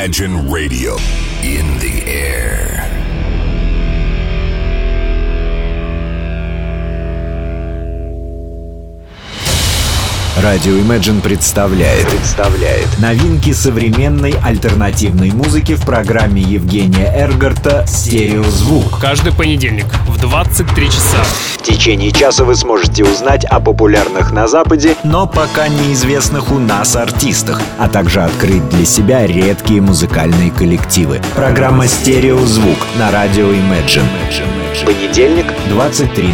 Imagine Radio in the air. Радио Imagine представляет новинки современной альтернативной музыки в программе Евгения Эргарта «Стереозвук». Каждый понедельник в 23 часа. В течение часа вы сможете узнать о популярных на Западе, но пока неизвестных у нас артистах, а также открыть для себя редкие музыкальные коллективы. Программа «Стереозвук» на радио Imagine. Понедельник, 23:00.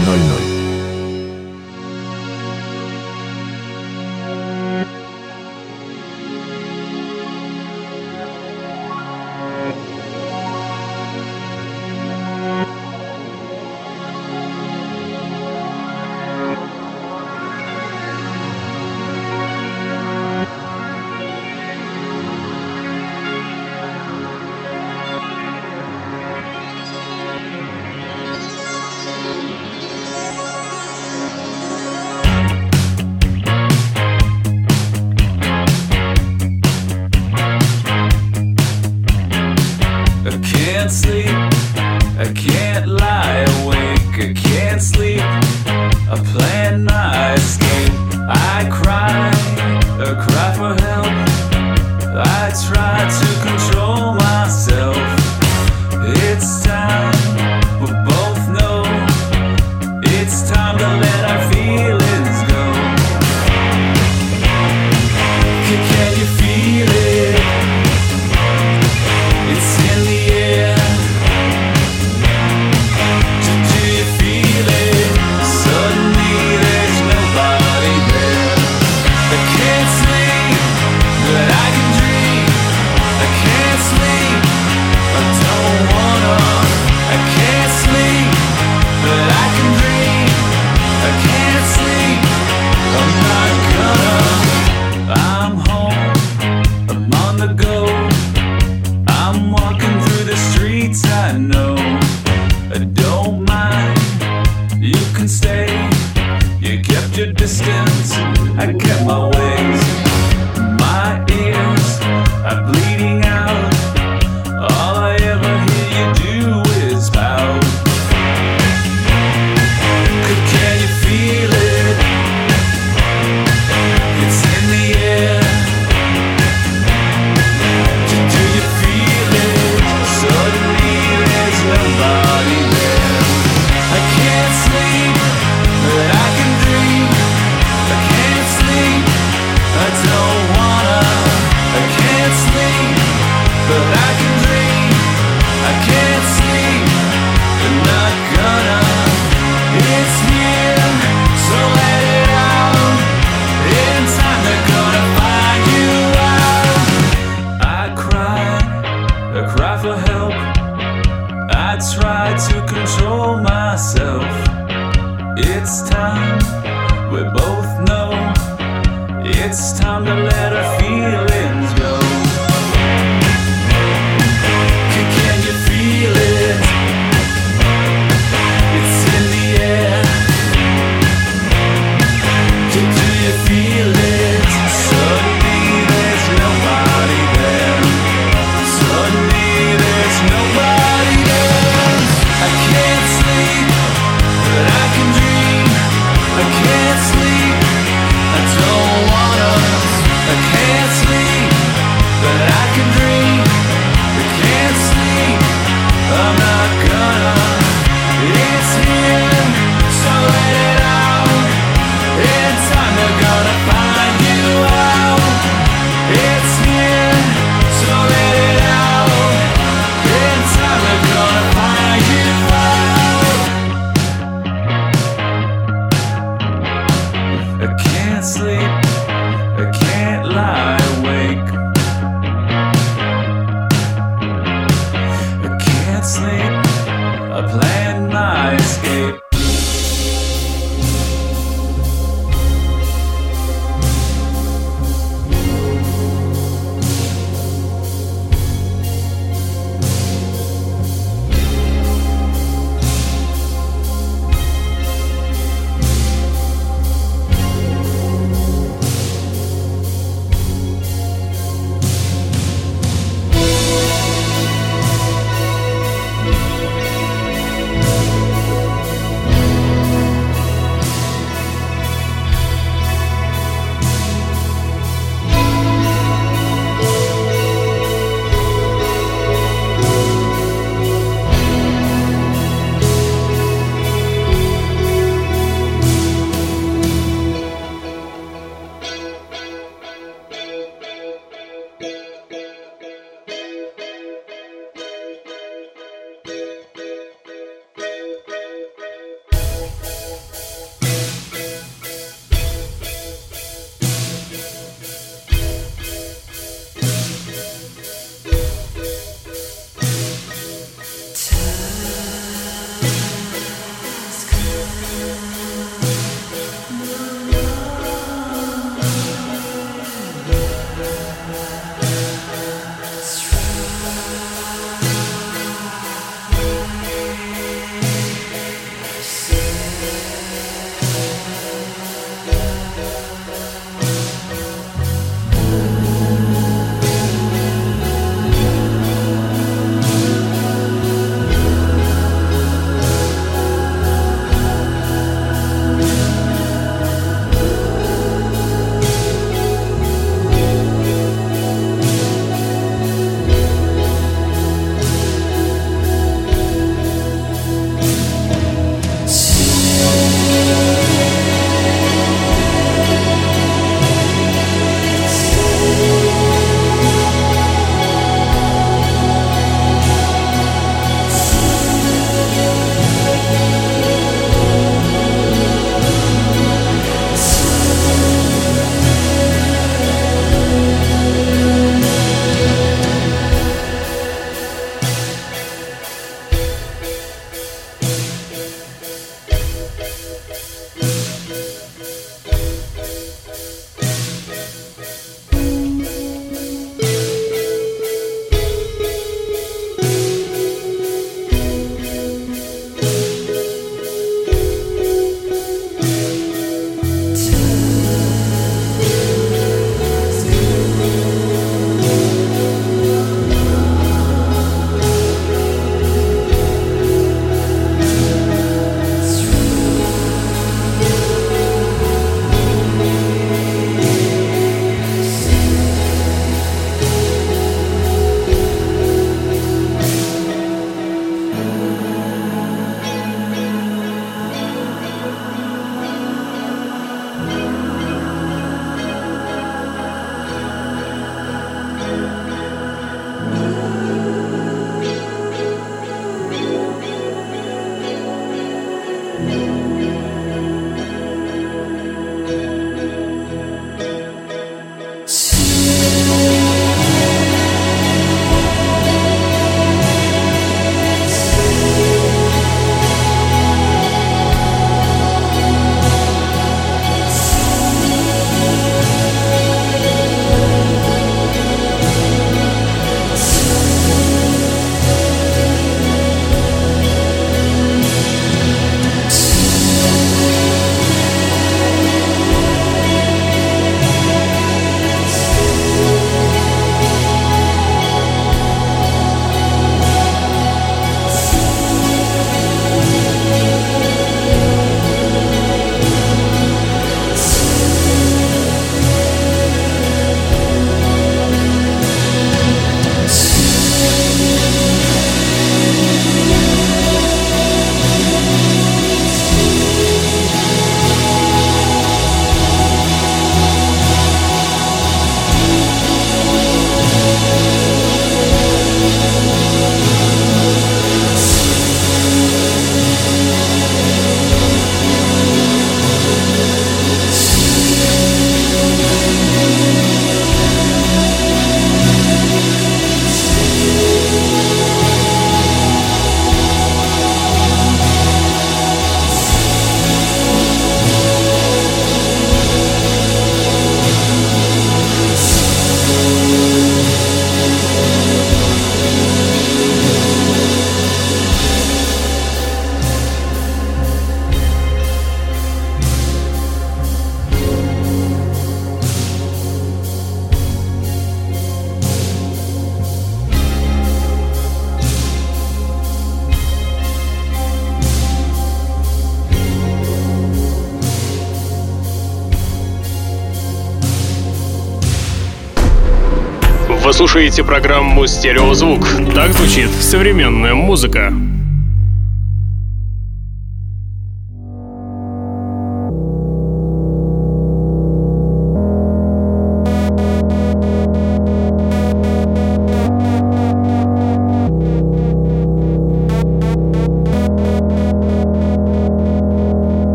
Вы слушаете программу «Стереозвук». Так звучит современная музыка.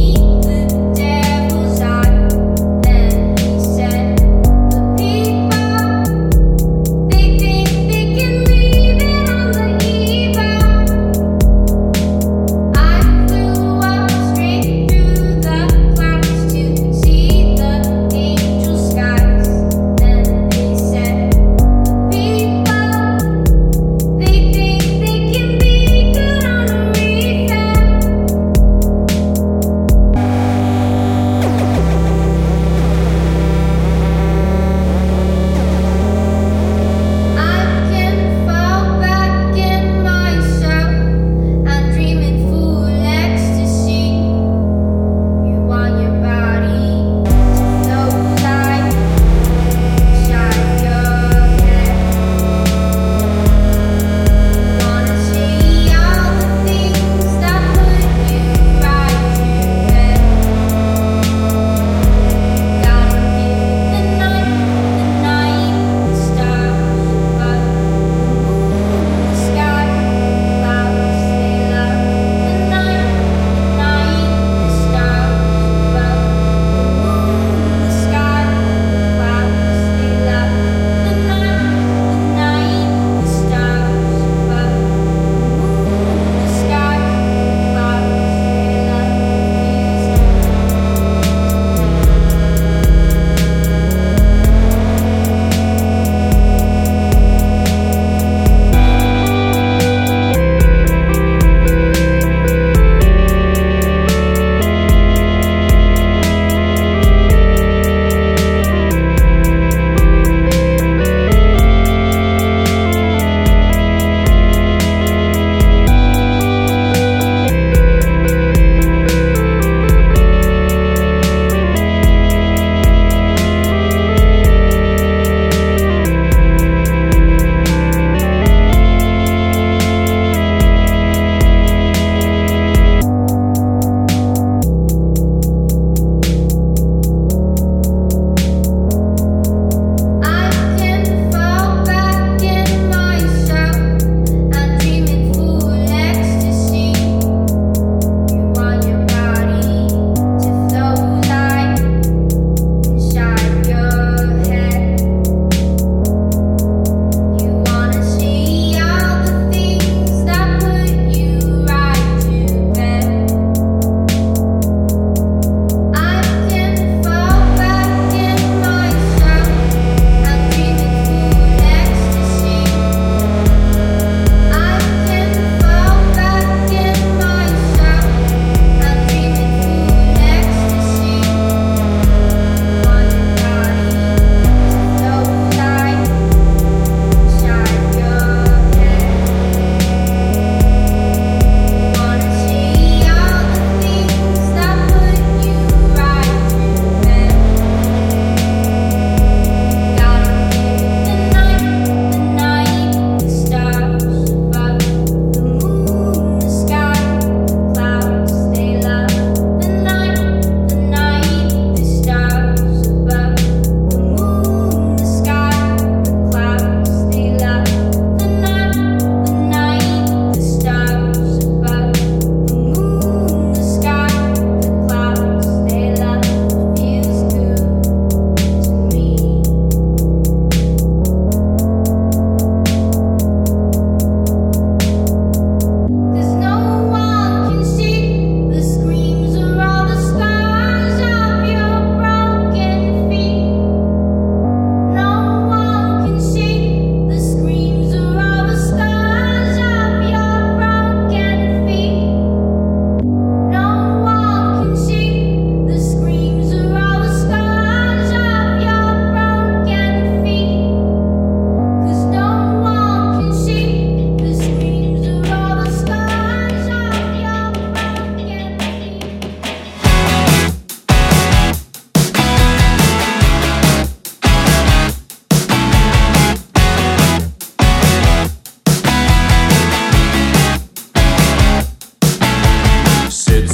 People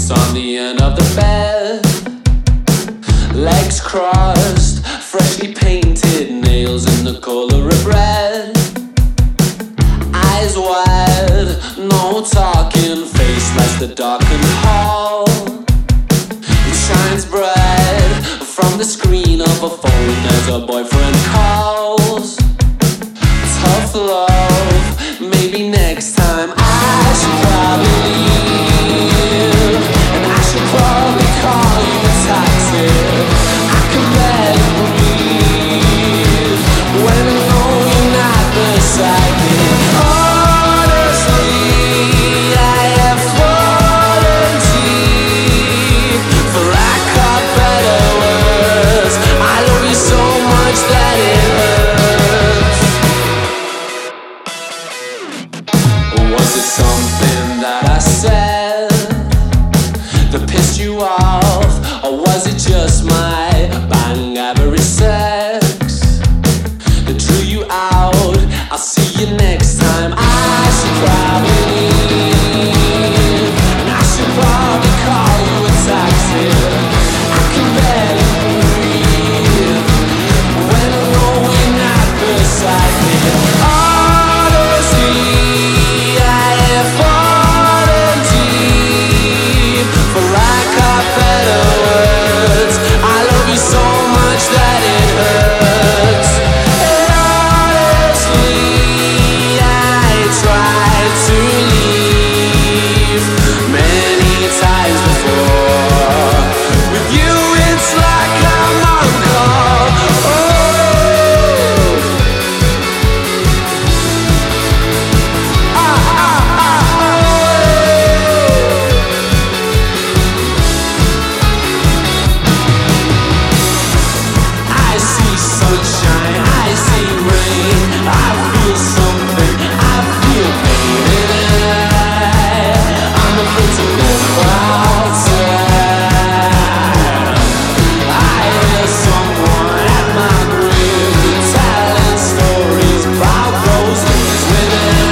sheets on the end of the bed. Legs crossed, freshly painted, nails in the color of red. Eyes wide, no talking, face lights the darkened hall. It shines bright from the screen of a phone as her boyfriend calls. Tough love, maybe next time I should probably leave, and I should probably call you a taxi. I can barely breathe when I know you're not beside me. Honestly, I have fallen deep, for lack of better words. I love you so much that it hurts. Was it something that I said that pissed you off, or was it just my bang average sex that drew you out? I'll see you next time. I should probably leave, and I should probably call you a taxi. I can barely breathe when I know you're not beside me. Honestly, I have fallen deep, for lack of better words. I love you so much that it hurts. And honestly, I tried to leave many times before. With you, it's like I'm on call. I see sunshine, I see rain, I feel something, I feel pain, and I'm afraid to go outside. I hear someone at my grave telling stories about those days when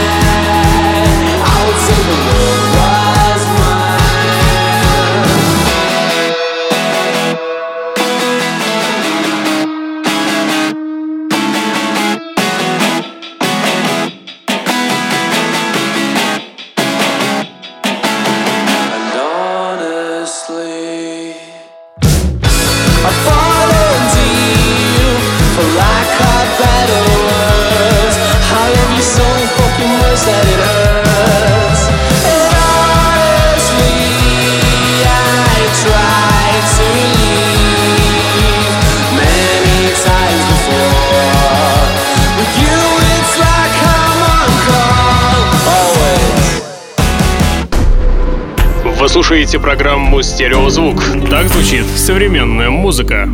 I would say the world was mine. And honestly, I've fallen deep, for lack of better words. I love you so fucking much that it hurts. And honestly, I tried to leave many times before. With you, it's like I'm on call always. Вы слушаете программу «Стереозвук». Так звучит современная музыка.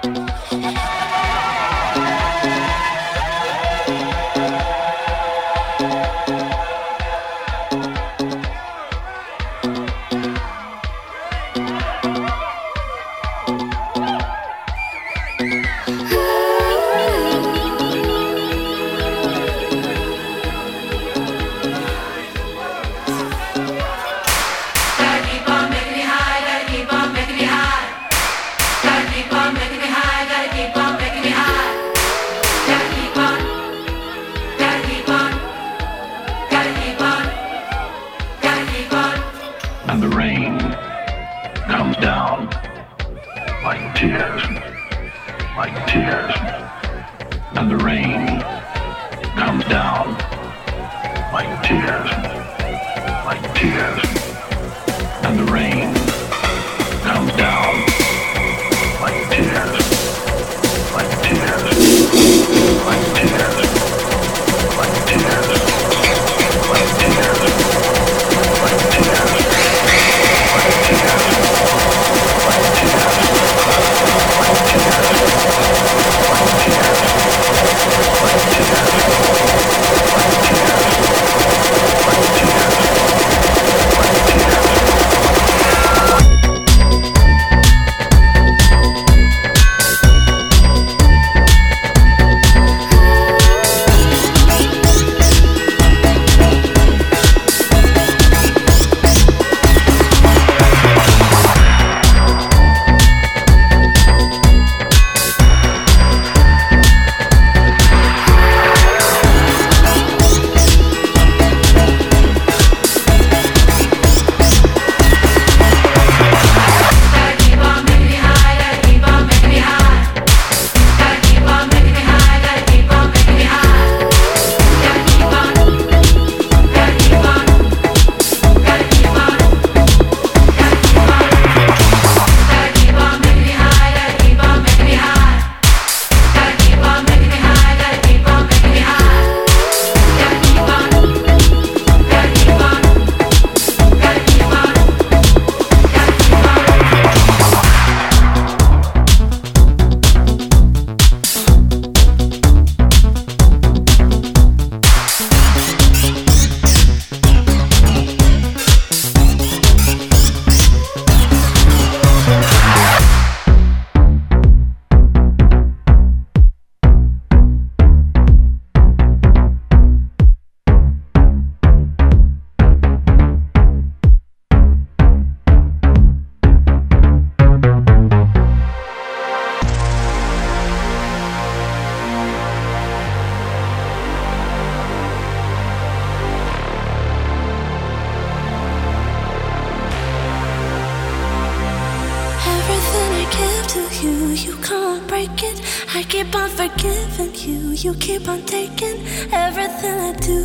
You keep on taking everything I do.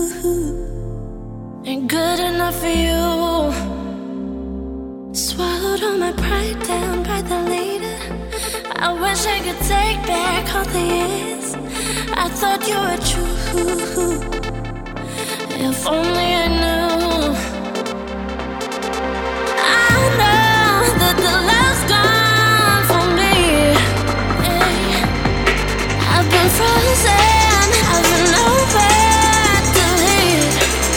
Ain't good enough for you. Swallowed all my pride down by the leader. I wish I could take back all the years I thought you were true. If only I knew. I know that the love's gone for me. I've been frozen, I've been nowhere to lead.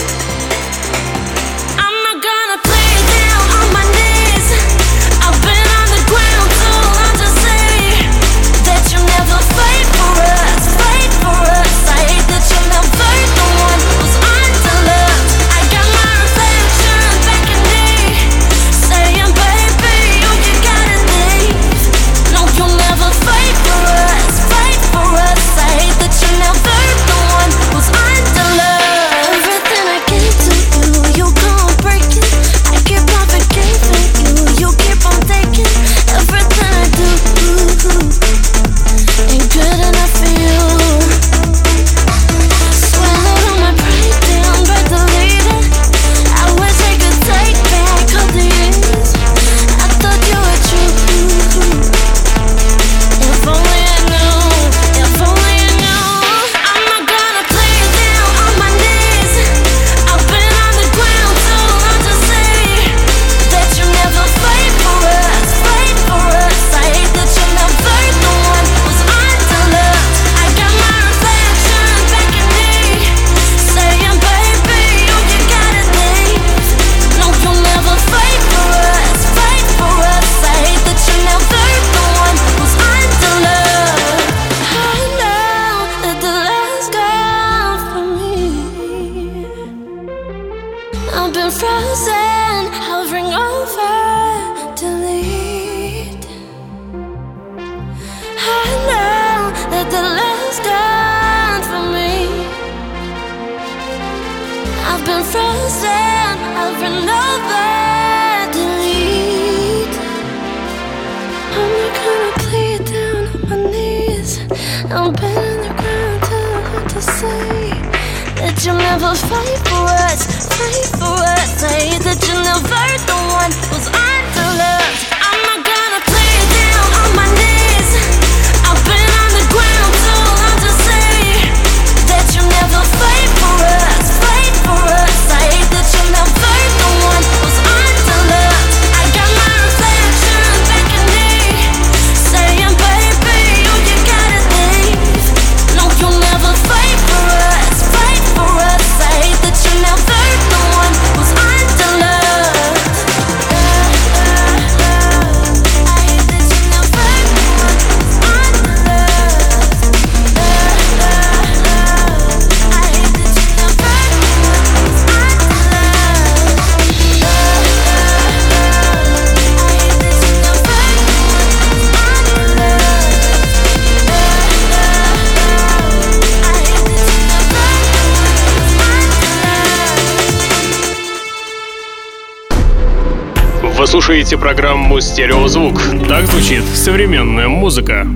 I'm not gonna play down on my knees. I've been on the ground too long to see that you never fight for us, fight for us. I hate that you're never the one who's underloved. I got my reflection back in me, saying, baby, you gotta leave. No, you'll never fight for us, fight for us. I hate that I've been on the ground too hard to say that you'll never fight for us, fight for us. Say that you're never the one who's underloved. I'm not gonna play down on my knees. I've been on the ground too long to say that you'll never fight for us, fight for us. Say that you're never the one who's underloved. I got my reflection back in me, saying, baby, you gotta leave. No, you'll never fight for us, fight for us. Say that you're never the one who's underloved. I hate that you're never the one who's underloved. I hate that you're never the one who's underloved. Вы слушаете программу «Стереозвук». Так звучит современная музыка.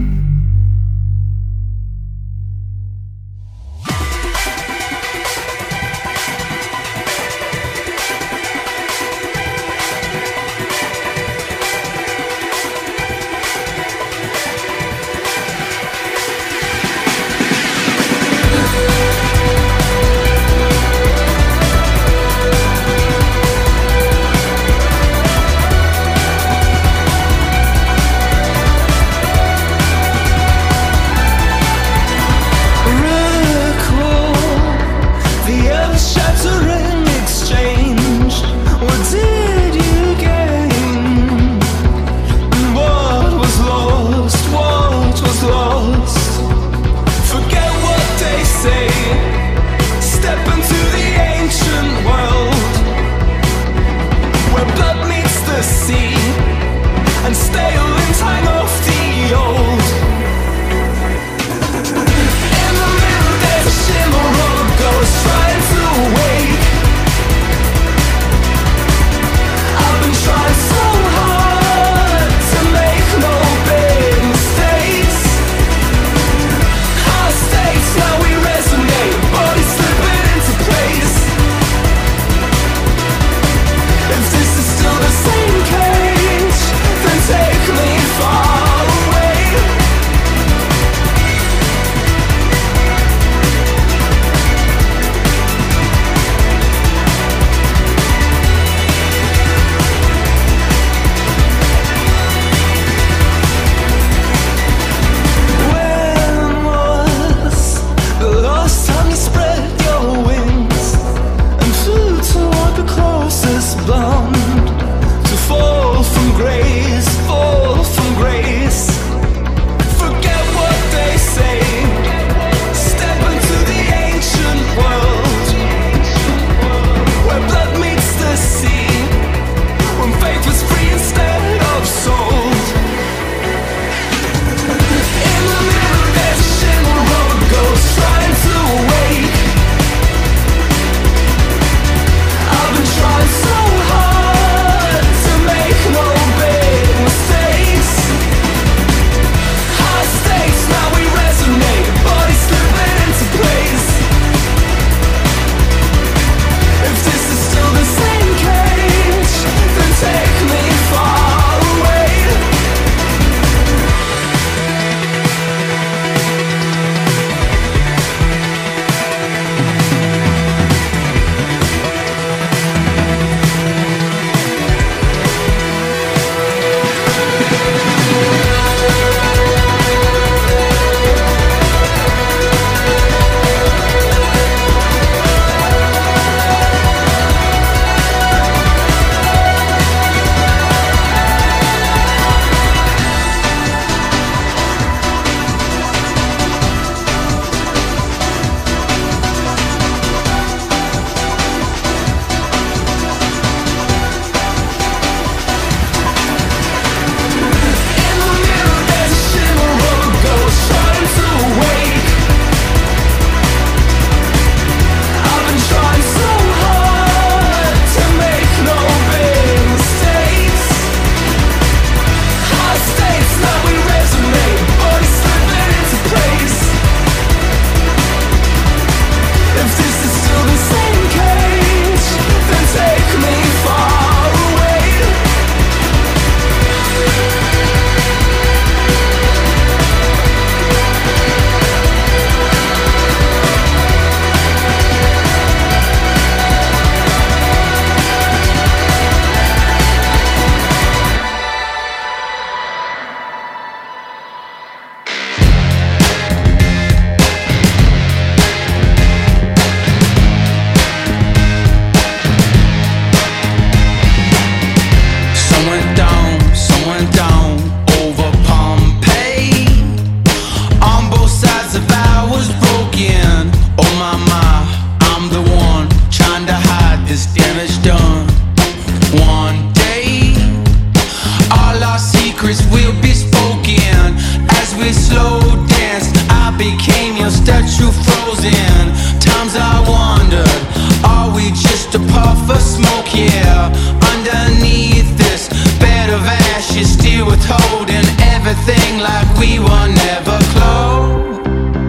your statue frozen. Times I wondered, are we just a puff of smoke? Yeah, underneath this bed of ashes, still withholding everything like we were never close.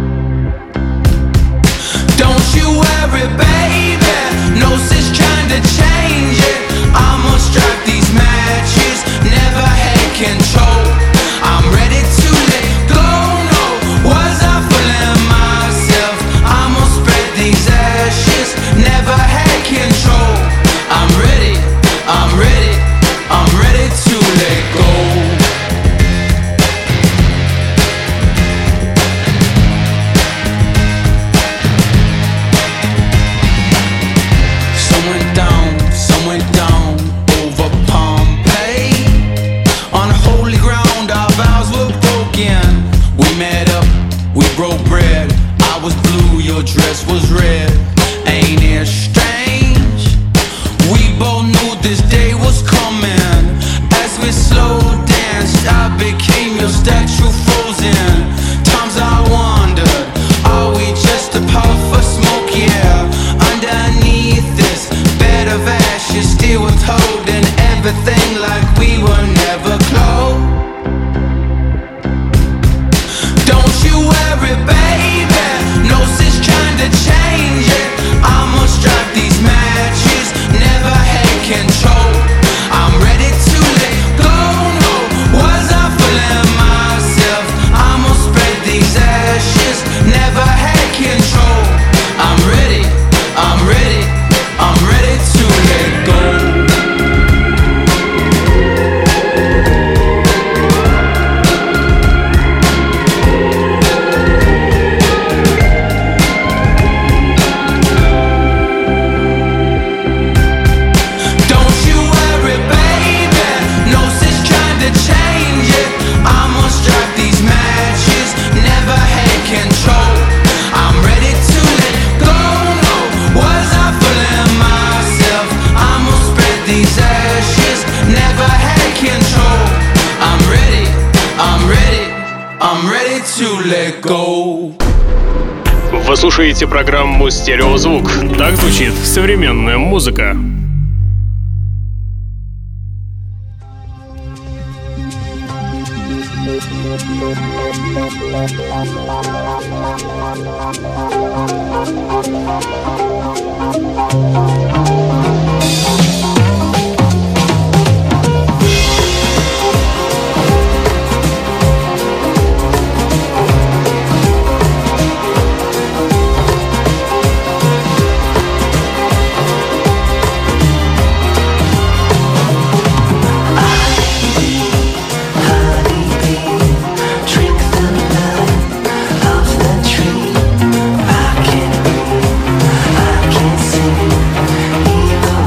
Don't you worry, baby, no sense trying to change it. I'ma strike these matches, never had control. I'm ready to let go, no, was I fooling myself? I'ma spread these ashes, never had control. I'm ready, I'm ready, I'm ready to let go. Some went down over Pompeii. Unholy ground, our vows were broken. We met up, we broke bread. I was blue, your dress was red. Ain't it strange? We both knew this day was coming. As we slow danced, I became your statue frozen. Times I wondered, are we just a puff of smoke? Yeah, underneath this bed of ashes, still withholding everything like we were never close. Don't you worry, baby, no sense trying to change it. I'ma strike these matches, never had control. I'm ready to let go, no, was I fooling myself? I'ma spread these ashes, never had control. I'm ready, I'm ready, I'm ready to let go. Don't you worry, baby, no sense trying to change it. I'ma strike these matches, never had control. I'm ready to let go, no, was I fooling myself? I'ma spread these ashes, never had control. I'm ready, I'm ready, I'm ready to let go. Вы слушаете программу «Стереозвук». Так звучит современная музыка. Tree, I can breathe, I can sing, even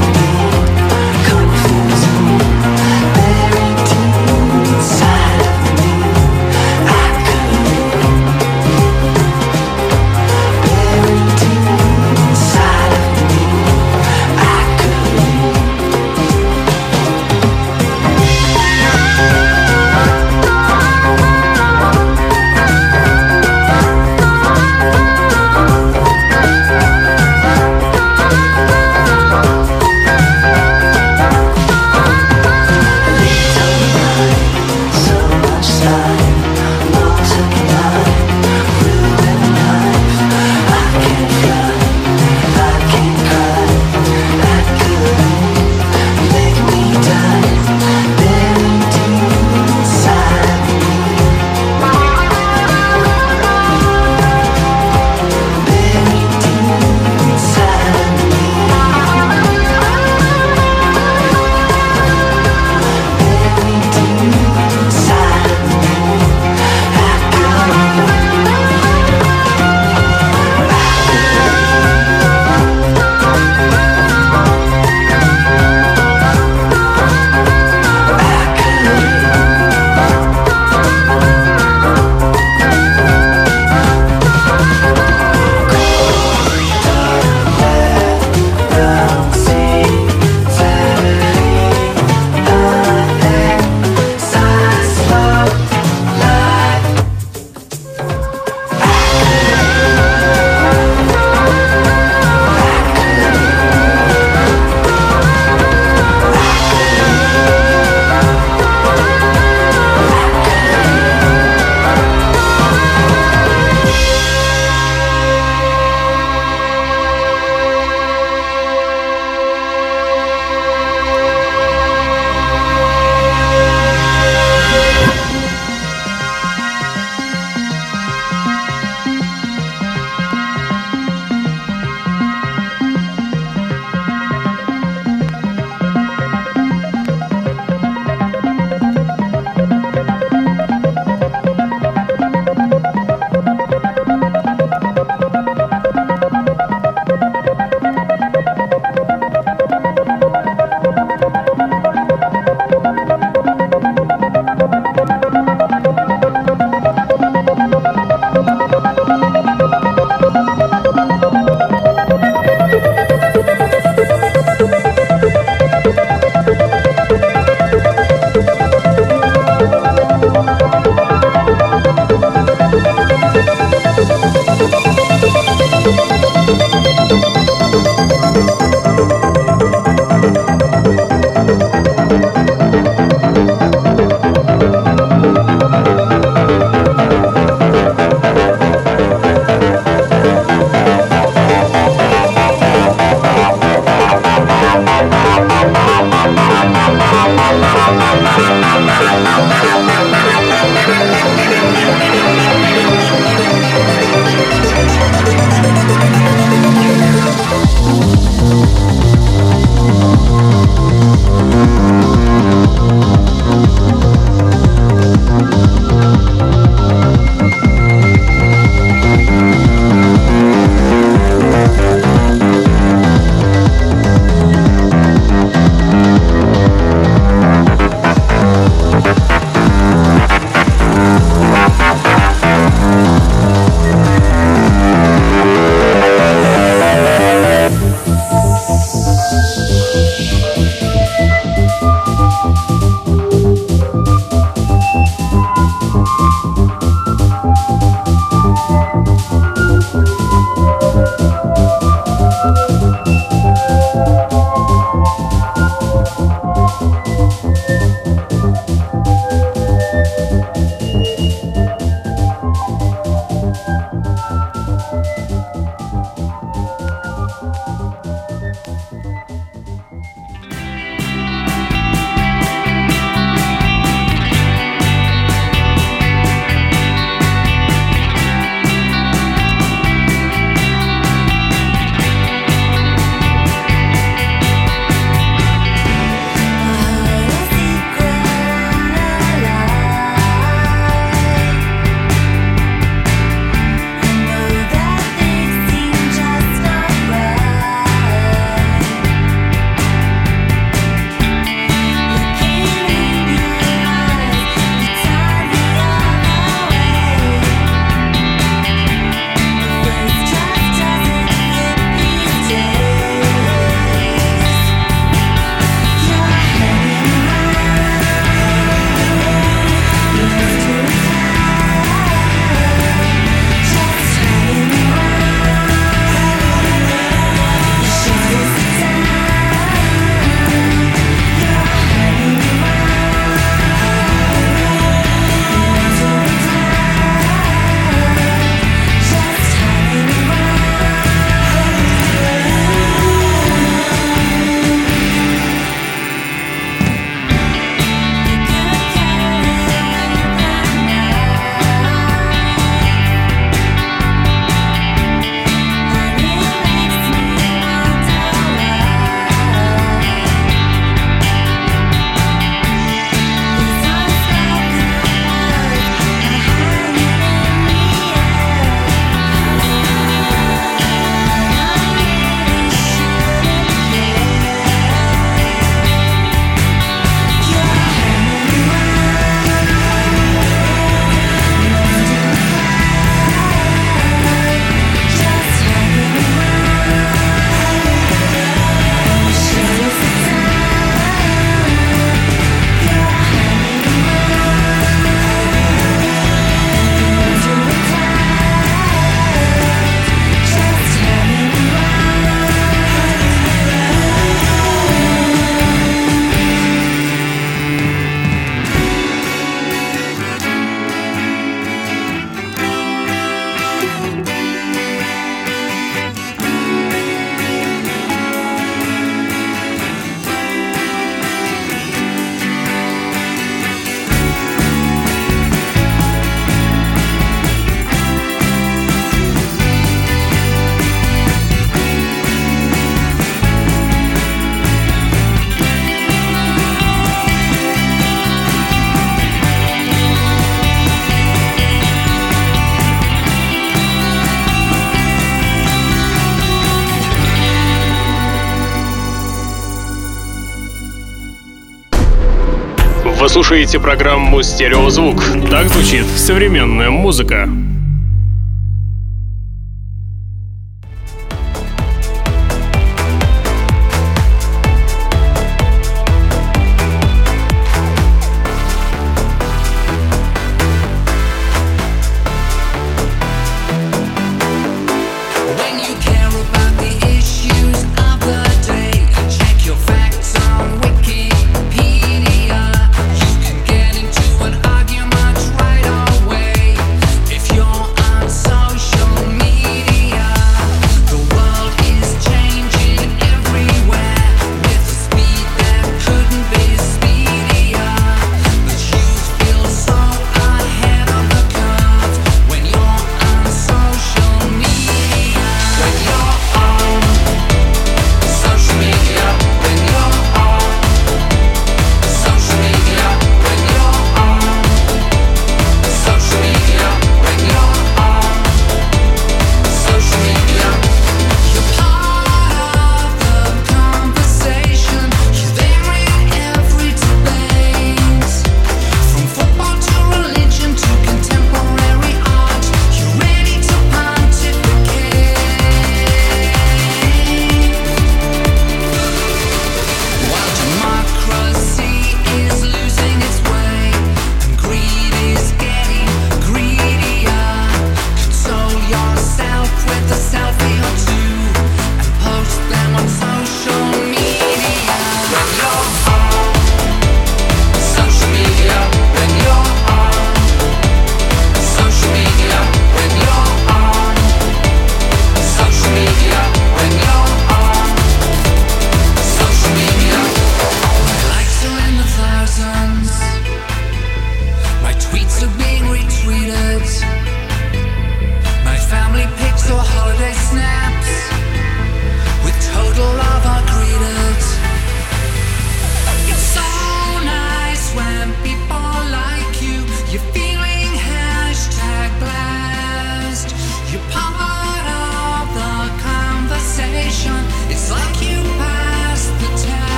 Вы слушаете программу «Стереозвук». Так звучит современная музыка.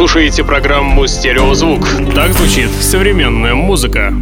слушаете программу «Стереозвук». Так звучит современная музыка.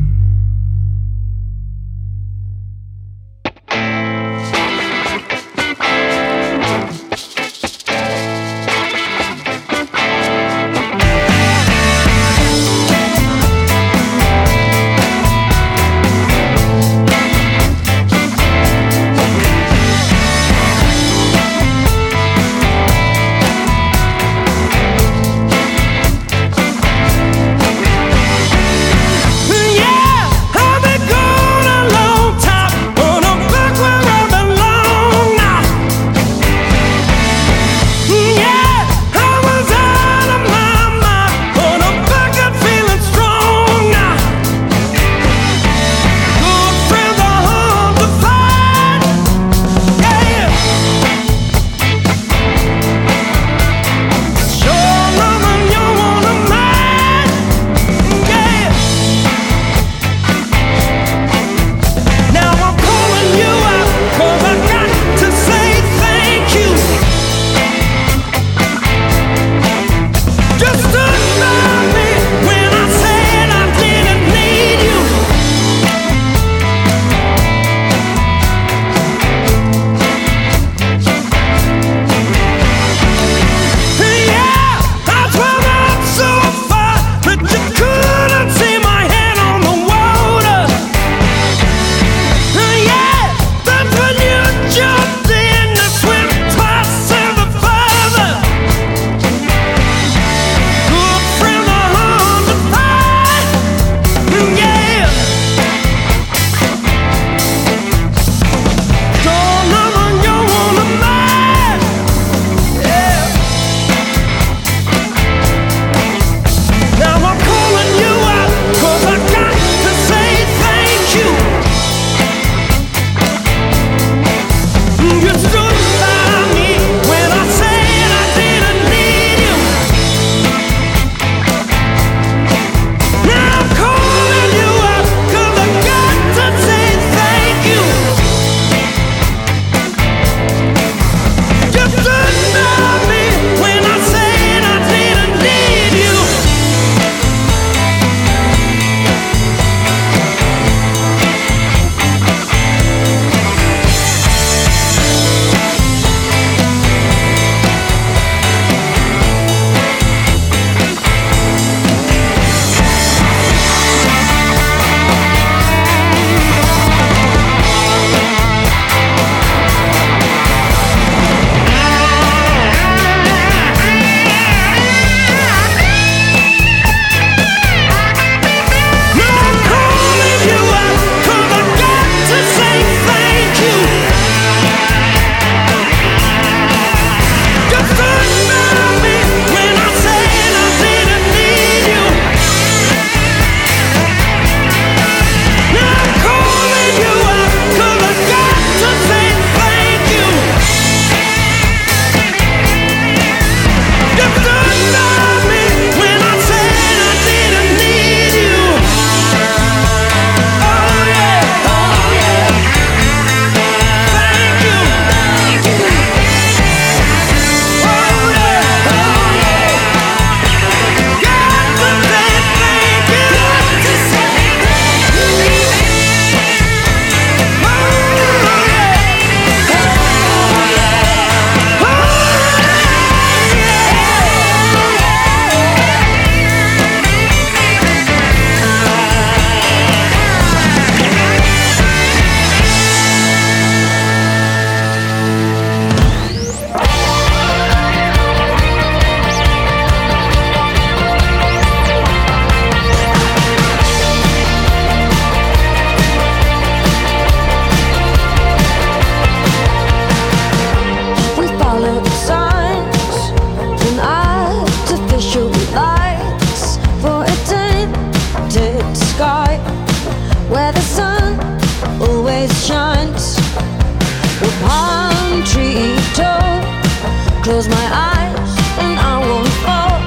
Close my eyes and I won't fall.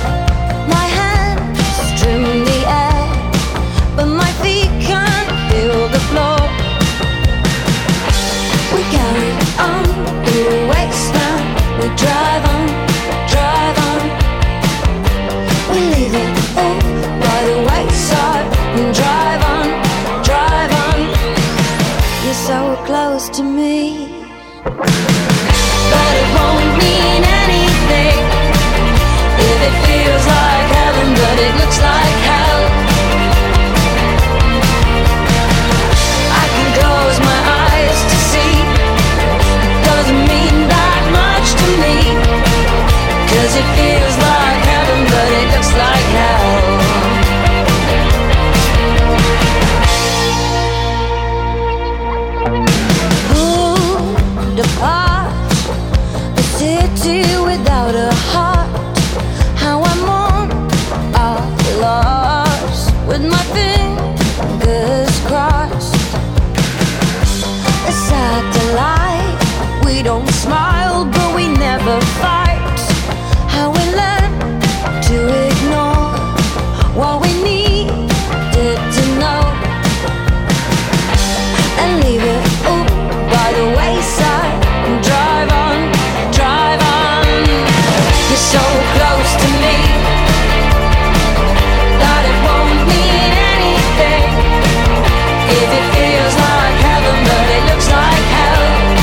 My hands trim the air, but my feet can't feel the floor. We carry on through the wasteland. We drive on, close to me. But it won't mean anything if it feels like heaven, but it looks like hell. I can close my eyes to see. It doesn't mean that much to me, 'cause it feels like heaven, but it looks like hell. Apart, a city without a heart. How I'm on, all lost, with my fingers crossed. A satellite, we don't smile, but we never fight. How we learn to ignore what we needed to know, and leave it all by the wayside. Drive on, drive on. You're so close to me that it won't mean anything if it feels like heaven, but it looks like hell.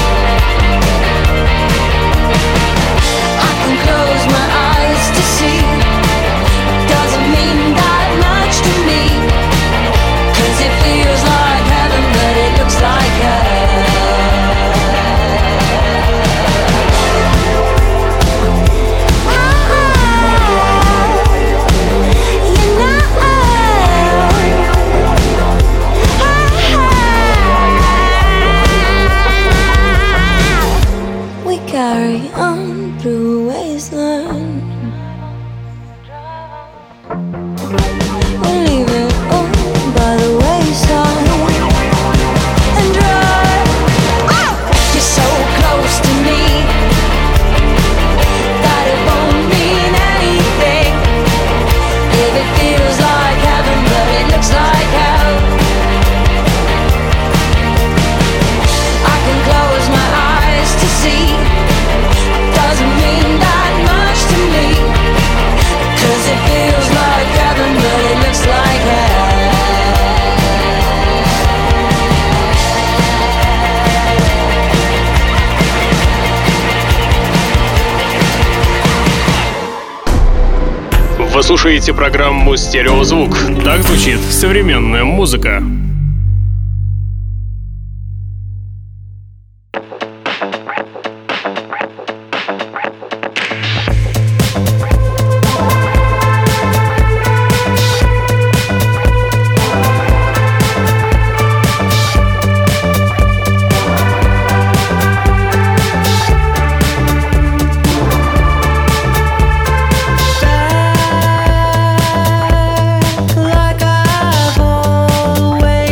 I can close my eyes to see. Doesn't mean that much to me, 'cause it feels like heaven, but it looks like hell. Carry on through wasteland. We'll leave it all by the wayside and drive. Oh! You're so close to me that it won't mean anything if it feels like heaven, but it looks like hell. I can close my eyes to see. Doesn't mean that much to me, 'cause it feels like heaven, but it looks like hell. Вы слушаете программу «Стереозвук». Так звучит современная музыка. Like I've always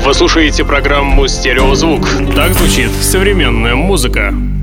Вы слушаете программу «Стереозвук». Так звучит современная музыка.